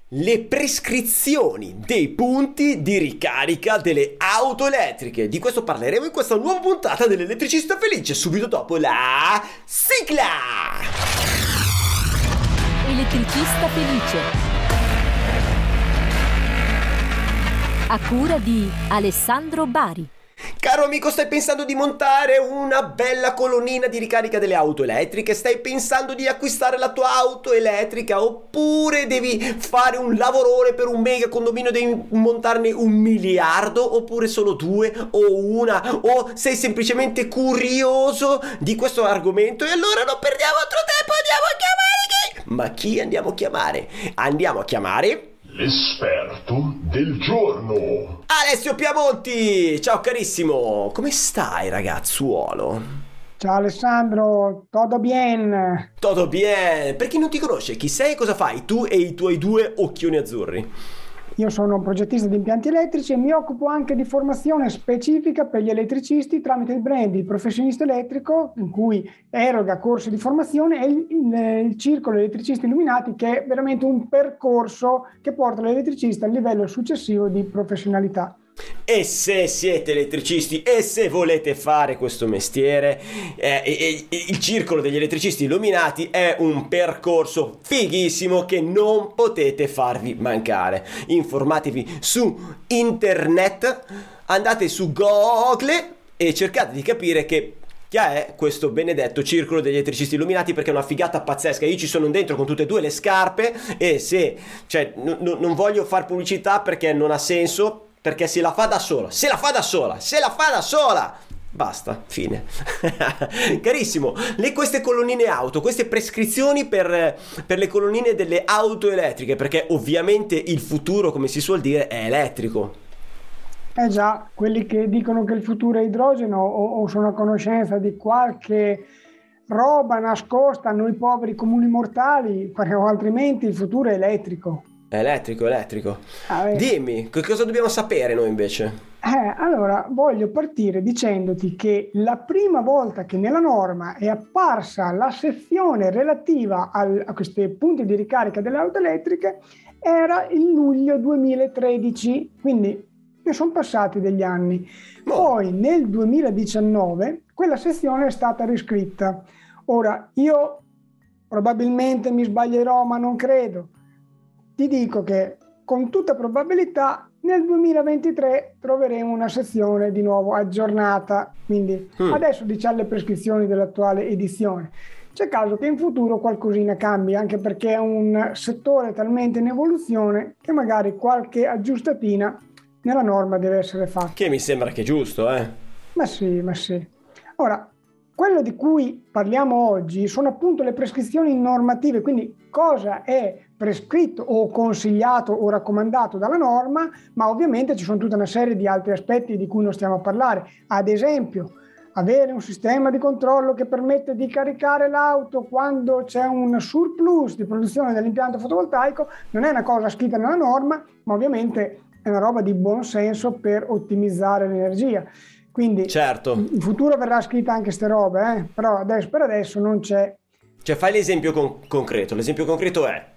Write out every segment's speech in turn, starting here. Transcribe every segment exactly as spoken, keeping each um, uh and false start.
le prescrizioni dei punti di ricarica delle auto elettriche. Di questo parleremo in questa nuova puntata dell'Elettricista Felice, subito dopo la sigla. Elettricista Felice, a cura di Alessandro Bari. Caro amico, stai pensando di montare una bella colonnina di ricarica delle auto elettriche? Stai pensando di acquistare la tua auto elettrica? Oppure devi fare un lavorone per un mega condominio, devi montarne un miliardo? Oppure solo due o una? O sei semplicemente curioso di questo argomento? E allora non perdiamo altro tempo, andiamo a chiamare chi? Ma chi andiamo a chiamare? Andiamo a chiamare... l'esperto del giorno, Alessio Piamonti. Ciao carissimo, come stai ragazzuolo? Ciao Alessandro, todo bien? Todo bien. Per chi non ti conosce, chi sei e cosa fai tu e i tuoi due occhioni azzurri? Io sono un progettista di impianti elettrici e mi occupo anche di formazione specifica per gli elettricisti tramite il brand Il Professionista Elettrico, in cui eroga corsi di formazione, e il, il, il Circolo Elettricisti Illuminati, che è veramente un percorso che porta l'elettricista al livello successivo di professionalità. E se siete elettricisti e se volete fare questo mestiere, eh, eh, eh, il Circolo degli Elettricisti Illuminati è un percorso fighissimo che non potete farvi mancare. Informatevi su internet, andate su Google e cercate di capire che chi è questo benedetto Circolo degli Elettricisti Illuminati, perché è una figata pazzesca. Io ci sono dentro con tutte e due le scarpe e se, cioè, n- n- non voglio far pubblicità perché non ha senso, perché se la fa da sola, se la fa da sola, se la fa da sola, basta, fine. Carissimo, le, queste colonnine auto, queste prescrizioni per, per le colonnine delle auto elettriche, perché ovviamente il futuro, come si suol dire, è elettrico. Eh già, quelli che dicono che il futuro è idrogeno o, o sono a conoscenza di qualche roba nascosta a noi poveri comuni mortali, o altrimenti il futuro è elettrico. Elettrico, elettrico. Ah, Dimmi, che cosa dobbiamo sapere noi invece? Eh, allora, voglio partire dicendoti che la prima volta che nella norma è apparsa la sezione relativa al, a questi punti di ricarica delle auto elettriche era il luglio duemilatredici, quindi ne sono passati degli anni. Oh. Poi nel duemiladiciannove quella sezione è stata riscritta. Ora, io probabilmente mi sbaglierò, ma non credo. Ti dico che con tutta probabilità nel duemilaventitré troveremo una sezione di nuovo aggiornata, quindi mm. adesso diciamo le prescrizioni dell'attuale edizione. C'è caso che in futuro qualcosina cambi, anche perché è un settore talmente in evoluzione che magari qualche aggiustatina nella norma deve essere fatta. Che mi sembra che è giusto, eh? Ma sì, ma sì. Ora, quello di cui parliamo oggi sono appunto le prescrizioni normative, quindi cosa è prescritto o consigliato o raccomandato dalla norma, ma ovviamente ci sono tutta una serie di altri aspetti di cui non stiamo a parlare. Ad esempio, avere un sistema di controllo che permette di caricare l'auto quando c'è un surplus di produzione dell'impianto fotovoltaico non è una cosa scritta nella norma, ma ovviamente è una roba di buon senso per ottimizzare l'energia. Quindi certo, in futuro verrà scritta anche ste robe, eh? Però adesso, per adesso non c'è. Cioè fai l'esempio con- concreto, l'esempio concreto è?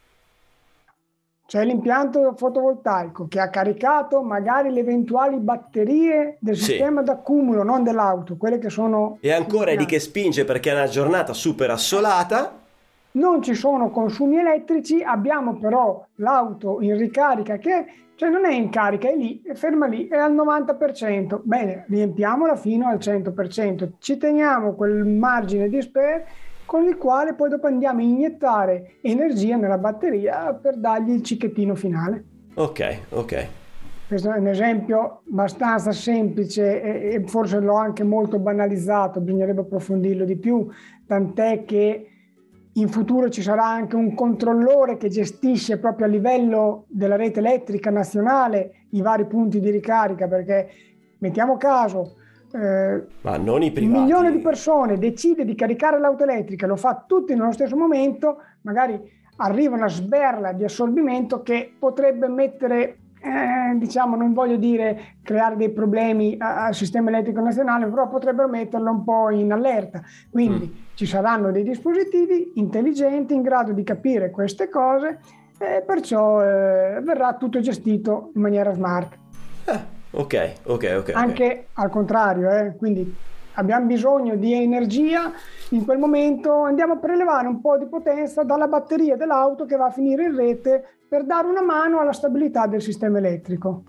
C'è l'impianto fotovoltaico che ha caricato magari le eventuali batterie del sì. sistema d'accumulo, non dell'auto, quelle che sono... E ancora è lì che spinge perché è una giornata super assolata. Non ci sono consumi elettrici, abbiamo però l'auto in ricarica che, cioè non è in carica, è lì, è ferma lì, è al novanta per cento. Bene, riempiamola fino al cento per cento, ci teniamo quel margine di spare con il quale poi dopo andiamo a iniettare energia nella batteria per dargli il cicchettino finale. Ok, ok. Questo è un esempio abbastanza semplice e, e forse l'ho anche molto banalizzato, bisognerebbe approfondirlo di più, tant'è che in futuro ci sarà anche un controllore che gestisce proprio a livello della rete elettrica nazionale i vari punti di ricarica, perché mettiamo caso eh, ma non i privati. un milione di persone decide di caricare l'auto elettrica, lo fa tutti nello stesso momento, magari arriva una sberla di assorbimento che potrebbe mettere, eh, diciamo, non voglio dire creare dei problemi al sistema elettrico nazionale, però potrebbero metterlo un po' in allerta. Quindi mm. ci saranno dei dispositivi intelligenti in grado di capire queste cose e perciò eh, verrà tutto gestito in maniera smart. Ah, ok, ok, ok. Anche okay. al contrario, eh, quindi abbiamo bisogno di energia, in quel momento andiamo a prelevare un po' di potenza dalla batteria dell'auto che va a finire in rete per dare una mano alla stabilità del sistema elettrico.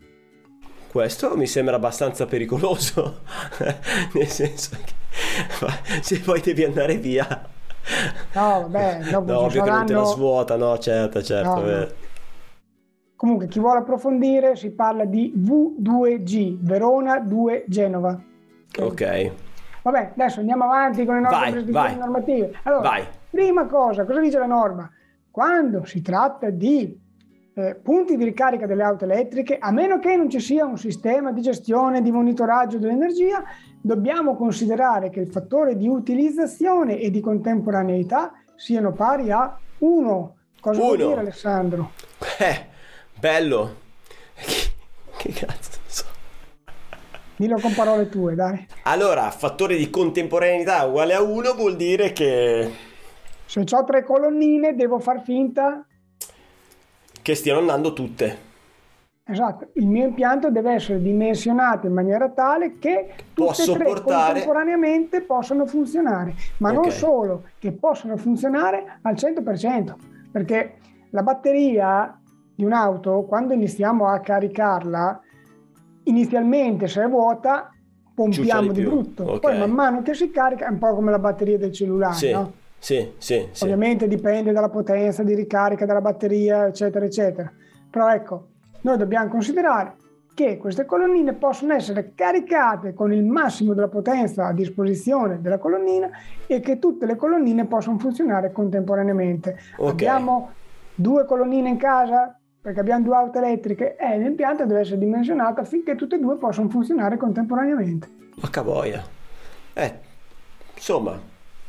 Questo mi sembra abbastanza pericoloso, nel senso che se poi devi andare via. No, vabbè, dopo no, ovvio saranno... che non te la svuota, no, certo, certo. No, no. Comunque, chi vuole approfondire, si parla di V due G, Verona due Genova. Ok. okay. Vabbè, adesso andiamo avanti con le nostre vai, prescrizioni vai. normative. Allora, vai. Prima cosa, cosa dice la norma? Quando si tratta di eh, punti di ricarica delle auto elettriche, a meno che non ci sia un sistema di gestione, di monitoraggio dell'energia, dobbiamo considerare che il fattore di utilizzazione e di contemporaneità siano pari a uno. Cosa uno. vuol dire, Alessandro? Eh, bello. Che, che cazzo so. Dillo con parole tue, dai. Allora, fattore di contemporaneità uguale a uno vuol dire che... Se ho tre colonnine, devo far finta... che stiano andando tutte. Esatto, il mio impianto deve essere dimensionato in maniera tale che tutte e tre portare... contemporaneamente possano funzionare, ma okay. non solo, che possano funzionare al cento per cento, perché la batteria di un'auto, quando iniziamo a caricarla, inizialmente se è vuota pompiamo di, di brutto, okay. Poi man mano che si carica è un po' come la batteria del cellulare, sì, no? Sì, sì, sì. Ovviamente dipende dalla potenza di ricarica della batteria, eccetera, eccetera. Però ecco, noi dobbiamo considerare che queste colonnine possono essere caricate con il massimo della potenza a disposizione della colonnina e che tutte le colonnine possono funzionare contemporaneamente. Okay. Abbiamo due colonnine in casa perché abbiamo due auto elettriche e eh, l'impianto deve essere dimensionato affinché tutte e due possano funzionare contemporaneamente. Ma cavoia. Eh, insomma,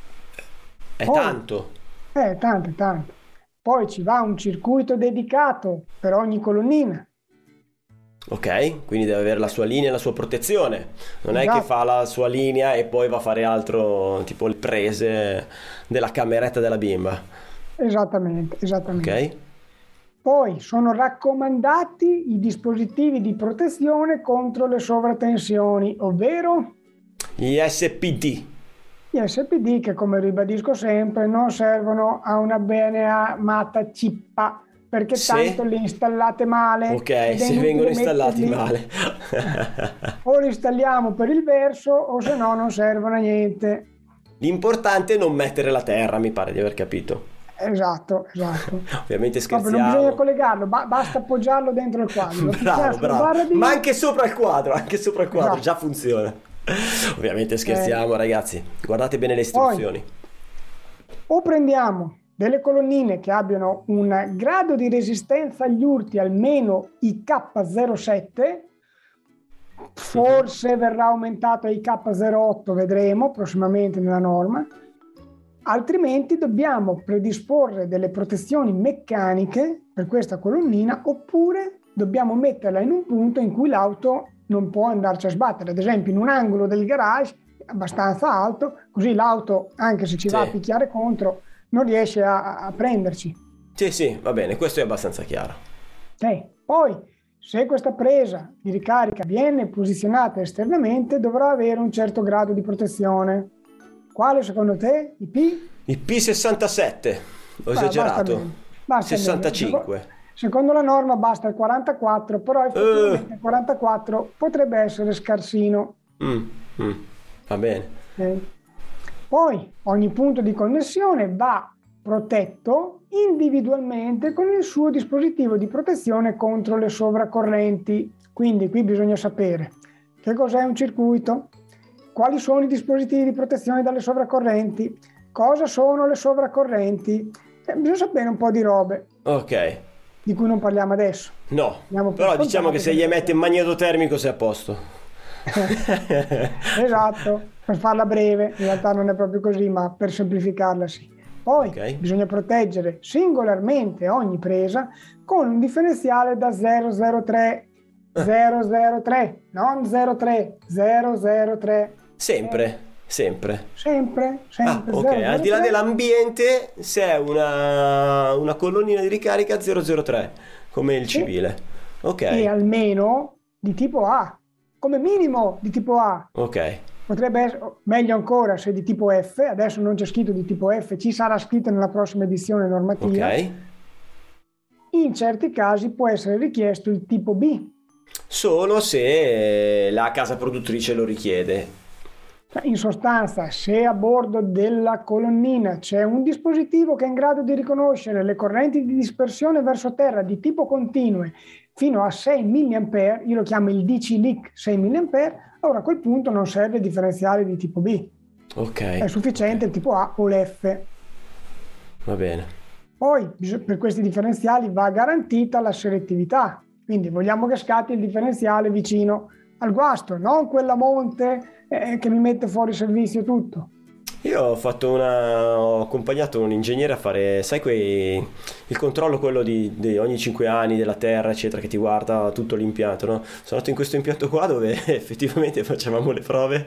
è Poi, tanto. È tanto, è tanto. Poi ci va un circuito dedicato per ogni colonnina. Ok, quindi deve avere la sua linea e la sua protezione. Non esatto. È che fa la sua linea e poi va a fare altro, tipo le prese della cameretta della bimba. Esattamente, esattamente. Ok. Poi sono raccomandati i dispositivi di protezione contro le sovratensioni, ovvero gli S P D. Gli S P D che, come ribadisco sempre, non servono a una beneamata cippa, perché se... tanto li installate male. Ok, se vengono installati male. O li installiamo per il verso o se no non servono a niente. L'importante è non mettere la terra, mi pare di aver capito. Esatto, esatto. Ovviamente scherziamo. Proprio non bisogna collegarlo, ba- basta appoggiarlo dentro il quadro. Bravo, bravo. Di... Ma anche sopra il quadro, anche sopra il quadro, esatto. Già funziona. Ovviamente scherziamo, eh. Ragazzi. Guardate bene le istruzioni. Poi, o prendiamo delle colonnine che abbiano un grado di resistenza agli urti almeno I K zero sette, forse uh-huh. verrà aumentato a I K zero otto, vedremo prossimamente nella norma. Altrimenti dobbiamo predisporre delle protezioni meccaniche per questa colonnina, oppure dobbiamo metterla in un punto in cui l'auto non può andarci a sbattere, ad esempio in un angolo del garage abbastanza alto, così l'auto, anche se ci sì. va a picchiare contro, non riesce a, a prenderci. Sì, sì, va bene, questo è abbastanza chiaro. Okay. Poi, se questa presa di ricarica viene posizionata esternamente, dovrà avere un certo grado di protezione. Quale secondo te? I P? I P sessantasette, ho Beh, esagerato. Basta basta sessantacinque. Bene. Secondo la norma basta il quarantaquattro, però effettivamente uh. il quarantaquattro potrebbe essere scarsino. Mm, mm. Va bene. Okay. Poi ogni punto di connessione va protetto individualmente con il suo dispositivo di protezione contro le sovracorrenti. Quindi qui bisogna sapere che cos'è un circuito, quali sono i dispositivi di protezione dalle sovracorrenti, cosa sono le sovracorrenti. Eh, bisogna sapere un po' di robe. Ok. Di cui non parliamo adesso. No, però diciamo che se gli emette il magnetotermico sei a posto. Esatto, per farla breve, in realtà non è proprio così, ma per semplificarla sì. Poi okay. bisogna proteggere singolarmente ogni presa con un differenziale da zero zero tre, zero zero tre, non zero tre, zero zero tre. Sempre, Sempre? Sempre, sempre. Ah, ok, zero zero al di là tre. dell'ambiente, se è una, una colonnina di ricarica zero zero tre, come il Sì. civile. Ok, E almeno di tipo A, come minimo di tipo A. ok, Potrebbe essere meglio ancora se di tipo F, adesso non c'è scritto di tipo F, ci sarà scritto nella prossima edizione normativa. ok. In certi casi può essere richiesto il tipo B. Solo se la casa produttrice lo richiede. In sostanza, se a bordo della colonnina c'è un dispositivo che è in grado di riconoscere le correnti di dispersione verso terra di tipo continue fino a sei milliampere, io lo chiamo il D C L I C sei milliampere, allora a quel punto non serve differenziale di tipo B. Ok. È sufficiente il tipo A o l'F. Va bene. Poi per questi differenziali va garantita la selettività, quindi vogliamo che scatti il differenziale vicino al guasto, non quella monte eh, che mi mette fuori servizio tutto. Io ho fatto una. Ho accompagnato un ingegnere a fare, sai, quei. Il controllo, quello di, di ogni cinque anni della terra, eccetera, che ti guarda tutto l'impianto, no? Sono andato in questo impianto qua dove effettivamente facevamo le prove.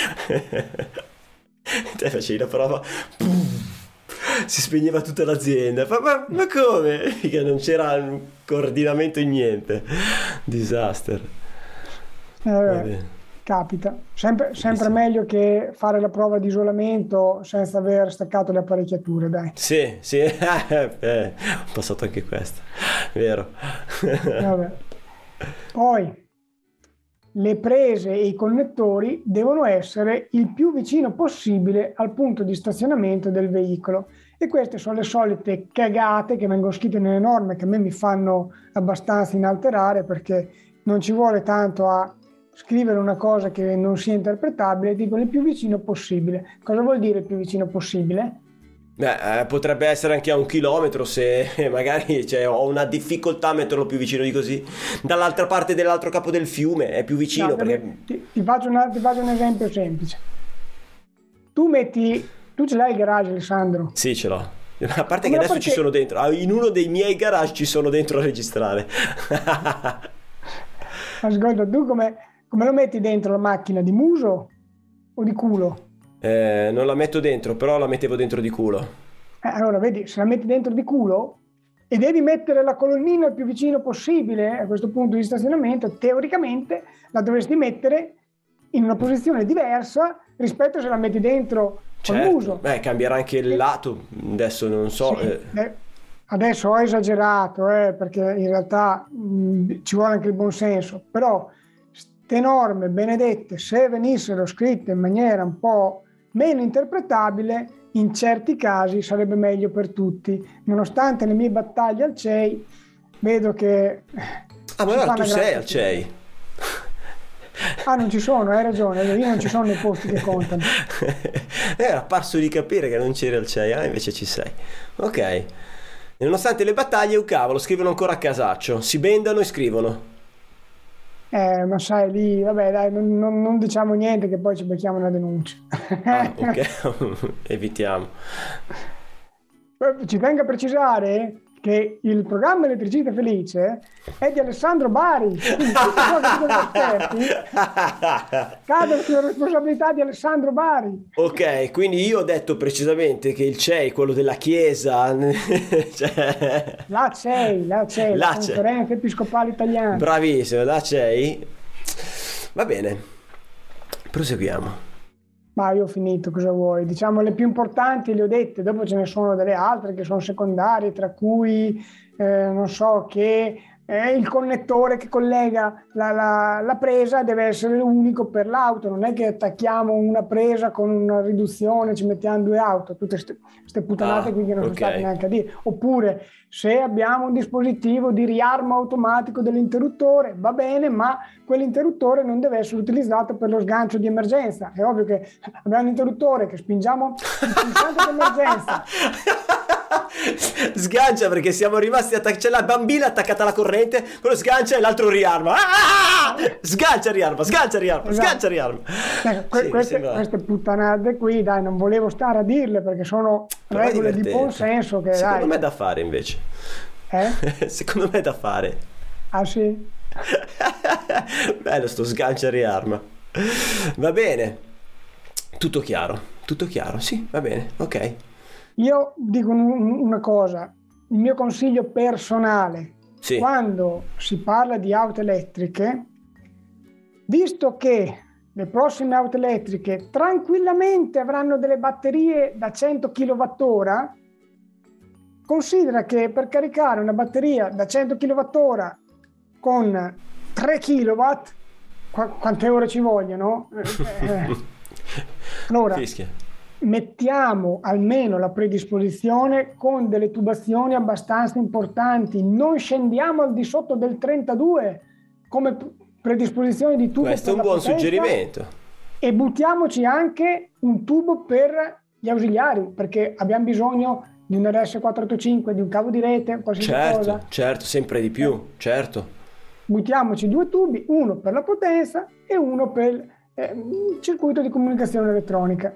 Te facevi la prova. Si spegneva tutta l'azienda. Ma, ma, ma come? Perché non c'era un coordinamento in niente. Disaster. Eh, capita. Sempre, sempre meglio che fare la prova di isolamento senza aver staccato le apparecchiature, dai. Sì, sì, eh, ho passato anche questo, vero. Vabbè. Poi le prese e i connettori devono essere il più vicino possibile al punto di stazionamento del veicolo, e queste sono le solite cagate che vengono scritte nelle norme, che a me mi fanno abbastanza inalterare, perché non ci vuole tanto a scrivere una cosa che non sia interpretabile. Dico il più vicino possibile. Cosa vuol dire il più vicino possibile? Beh, eh, potrebbe essere anche a un chilometro, se magari, cioè, ho una difficoltà a metterlo più vicino di così. Dall'altra parte dell'altro capo del fiume è più vicino, No, perché... ti, ti, faccio una, ti faccio un esempio semplice. Tu metti, tu ce l'hai il garage, Alessandro? Sì, ce l'ho. A parte Come che adesso perché... ci sono dentro. Ah, in uno dei miei garage ci sono dentro a registrare. Ascolta, tu come, come lo metti dentro la macchina? Di muso o di culo? Eh, non la metto dentro, però la mettevo dentro di culo. Eh, allora, vedi, se la metti dentro di culo e devi mettere la colonnina il più vicino possibile a questo punto di stazionamento, teoricamente la dovresti mettere in una posizione diversa rispetto se la metti dentro col Certo. muso. Beh, cambierà anche il lato, adesso non so. Sì, eh. eh, adesso ho esagerato, eh, perché in realtà mh, ci vuole anche il buon senso, però ste norme benedette, se venissero scritte in maniera un po' meno interpretabile, in certi casi sarebbe meglio per tutti. Nonostante le mie battaglie al C E I, vedo che... Ah, ma allora tu sei al C E I. Ah, non ci sono, hai ragione, io non ci sono nei posti che contano. Era apparso di capire che non c'era il C E I, ah, invece ci sei. Ok. E nonostante le battaglie, un cavolo, scrivono ancora a casaccio, si bendano e scrivono. Eh, ma sai, lì, vabbè, dai, non, non, non diciamo niente che poi ci becchiamo una denuncia. Ah, ok, evitiamo. Ci tengo a precisare che il programma Elettricista Felice è di Alessandro Bari, quindi tutte cose che dicono gli esperti cadono sulla responsabilità di Alessandro Bari. Ok, quindi io ho detto precisamente che il C E I, quello della chiesa, cioè... La C E I, la C E I, la, La C E I. Conferenza Episcopale Italiana. Bravissimo, la C E I. Va bene, proseguiamo. Ma io ho finito, cosa vuoi? Diciamo le più importanti le ho dette, dopo ce ne sono delle altre che sono secondarie, tra cui eh, non so che eh, il connettore che collega la, la, la presa deve essere unico per l'auto, non è che attacchiamo una presa con una riduzione, ci mettiamo due auto, tutte queste puttanate Ah, qui che non sono ok. state neanche a dire. Oppure se abbiamo un dispositivo di riarmo automatico dell'interruttore, va bene, ma quell'interruttore non deve essere utilizzato per lo sgancio di emergenza. È ovvio che abbiamo un interruttore che spingiamo il pulsante di emergenza. Sgancia, perché siamo rimasti attaccati. C'è la bambina attaccata alla corrente, quello sgancia e l'altro riarma. Ah! Sgancia, riarma, sgancia, riarma, Esatto. sgancia, riarma. Eh, que- Sì, mi queste, sembra- queste puttanate qui, dai, non volevo stare a dirle perché sono Però è regole di divertente. buon senso che, Secondo dai, me è da fare, invece. eh? Secondo me è da fare. Ah sì? Bello sto sgancia e riarma. Va bene. Tutto chiaro, tutto chiaro, sì, va bene, ok. Io dico un- una cosa, il mio consiglio personale, Sì. quando si parla di auto elettriche, visto che le prossime auto elettriche tranquillamente avranno delle batterie da cento chilowattora, considera che per caricare una batteria da cento chilowattora con tre kilowatt, qu- quante ore ci vogliono? Eh, allora, Fischia. mettiamo almeno la predisposizione con delle tubazioni abbastanza importanti, non scendiamo al di sotto del trentadue come predisposizione di tubo. Questo è per un la buon potenza, suggerimento. e buttiamoci anche un tubo per gli ausiliari, perché abbiamo bisogno di un R S quattrocentottantacinque, di un cavo di rete, qualsiasi Certo, cosa. certo, sempre di più, certo. Buttiamoci due tubi, uno per la potenza e uno per eh, il circuito di comunicazione elettronica.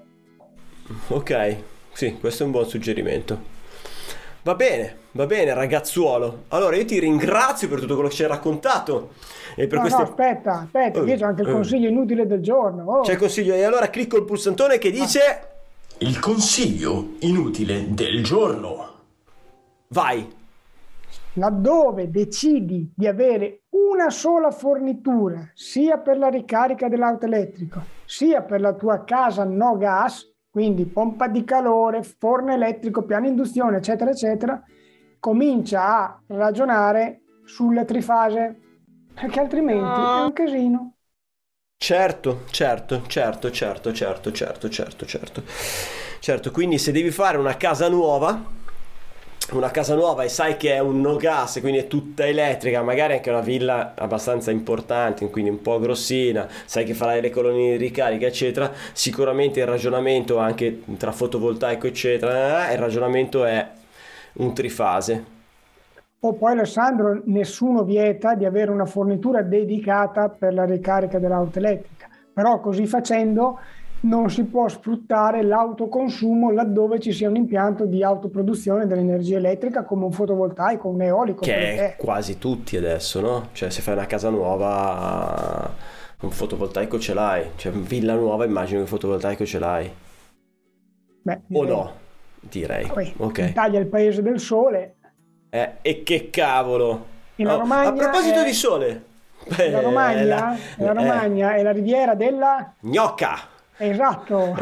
Ok, sì, questo è un buon suggerimento. Va bene, va bene, ragazzuolo. Allora io ti ringrazio per tutto quello che ci hai raccontato e per No, queste... no, aspetta, aspetta, Oh, io c'ho anche il oh. consiglio inutile del giorno. Oh. C'è il consiglio e allora clicco il pulsantone che dice... Il consiglio inutile del giorno. Vai. Laddove decidi di avere una sola fornitura, sia per la ricarica dell'auto elettrico, sia per la tua casa no gas, quindi pompa di calore, forno elettrico, piano induzione, eccetera, eccetera, comincia a ragionare sulla trifase, perché altrimenti è un casino. Certo, certo, certo, certo, certo, certo, certo, certo. Certo, quindi se devi fare una casa nuova, una casa nuova e sai che è un no gas, quindi è tutta elettrica, magari anche una villa abbastanza importante, quindi un po' grossina, sai che farai le colonie di ricarica, eccetera, sicuramente il ragionamento anche tra fotovoltaico, eccetera, eh, il ragionamento è un trifase. O poi Alessandro, nessuno vieta di avere una fornitura dedicata per la ricarica dell'auto elettrica, però così facendo non si può sfruttare l'autoconsumo laddove ci sia un impianto di autoproduzione dell'energia elettrica come un fotovoltaico, un eolico. Che quello è quasi tutti adesso, no? Cioè se fai una casa nuova un fotovoltaico ce l'hai, cioè villa nuova immagino che il fotovoltaico ce l'hai. Beh, O direi. no? Direi. Poi, Ok. l'Italia è il paese del sole. Eh, e che cavolo! E la No, Romagna a proposito è- di sole, beh, La Romagna, la- la Romagna è la riviera della... eh, gnocca! Esatto.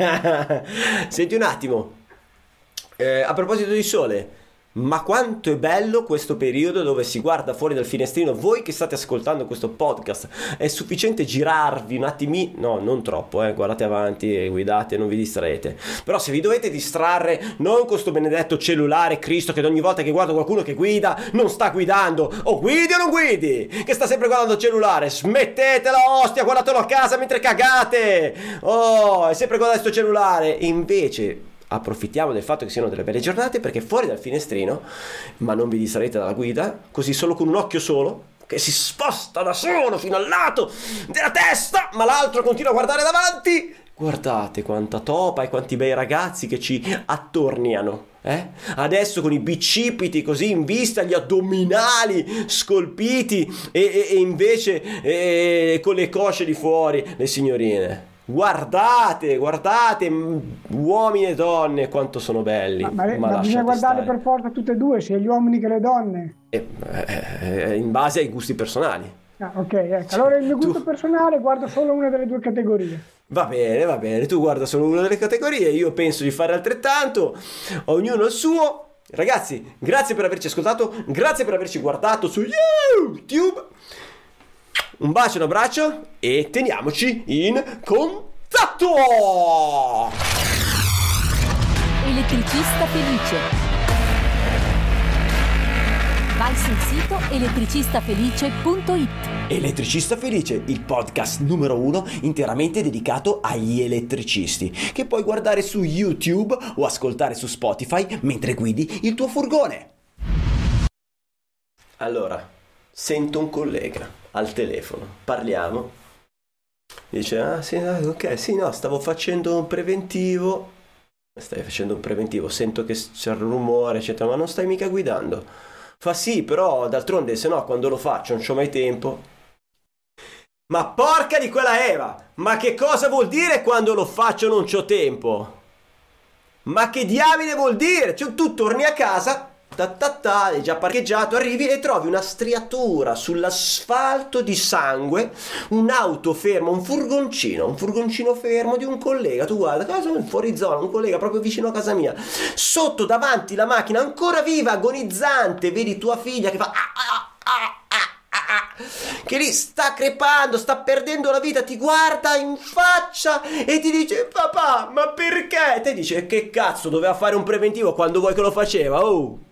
Senti un attimo, eh, a proposito di sole, ma quanto è bello questo periodo dove si guarda fuori dal finestrino. Voi che state ascoltando questo podcast, è sufficiente girarvi un attimino, no, non troppo, eh, guardate avanti e guidate, non vi distraete. Però se vi dovete distrarre, non con sto benedetto cellulare, Cristo, che ogni volta che guardo qualcuno che guida non sta guidando, o guidi o non guidi, che sta sempre guardando il cellulare, smettetela ostia, guardatelo a casa mentre cagate, oh, è sempre guardando sto cellulare. E invece approfittiamo del fatto che siano delle belle giornate, perché fuori dal finestrino, ma non vi distraete dalla guida, così solo con un occhio solo, che si sposta da solo fino al lato della testa, ma l'altro continua a guardare davanti, guardate quanta topa e quanti bei ragazzi che ci attorniano, eh? Adesso con i bicipiti così in vista, gli addominali scolpiti e, e, e invece e, con le cosce di fuori le signorine. Guardate, guardate, uomini e donne, quanto sono belli. Ma, ma, Ma ma bisogna lasciate guardarle stare. per forza tutte e due, sia gli uomini che le donne. Eh, eh, in base ai gusti personali. Ah, ok, ecco. Allora il mio gusto Tu- personale guardo solo una delle due categorie. Va bene, va bene, tu guarda solo una delle categorie, io penso di fare altrettanto, ognuno il suo. Ragazzi, grazie per averci ascoltato, grazie per averci guardato su YouTube. Un bacio, un abbraccio e teniamoci in contatto! Elettricista felice. Vai sul sito elettricistafelice punto it. Elettricista Felice, il podcast numero uno interamente dedicato agli elettricisti, che puoi guardare su YouTube o ascoltare su Spotify mentre guidi il tuo furgone. Allora, sento un collega al telefono, parliamo, dice, ah sì, ah, ok, sì, no, stavo facendo un preventivo, stai facendo un preventivo, sento che c'è il rumore, eccetera, ma non stai mica guidando. Fa sì, però d'altronde se no quando lo faccio non c'ho mai tempo. Ma porca di quella Eva! Ma che cosa vuol dire quando lo faccio non c'ho tempo? Ma che diamine vuol dire? Cioè, tu torni a casa, ta ta ta, hai già parcheggiato, arrivi e trovi una striatura sull'asfalto di sangue, un'auto ferma, un furgoncino, un furgoncino fermo di un collega. Tu guarda, cosa fuori zona, un collega proprio vicino a casa mia. Sotto davanti la macchina ancora viva, agonizzante, vedi tua figlia che fa ah, ah, ah, che lì sta crepando, sta perdendo la vita, ti guarda in faccia e ti dice papà, ma perché? Te dice che cazzo, doveva fare un preventivo quando vuoi che lo faceva, oh.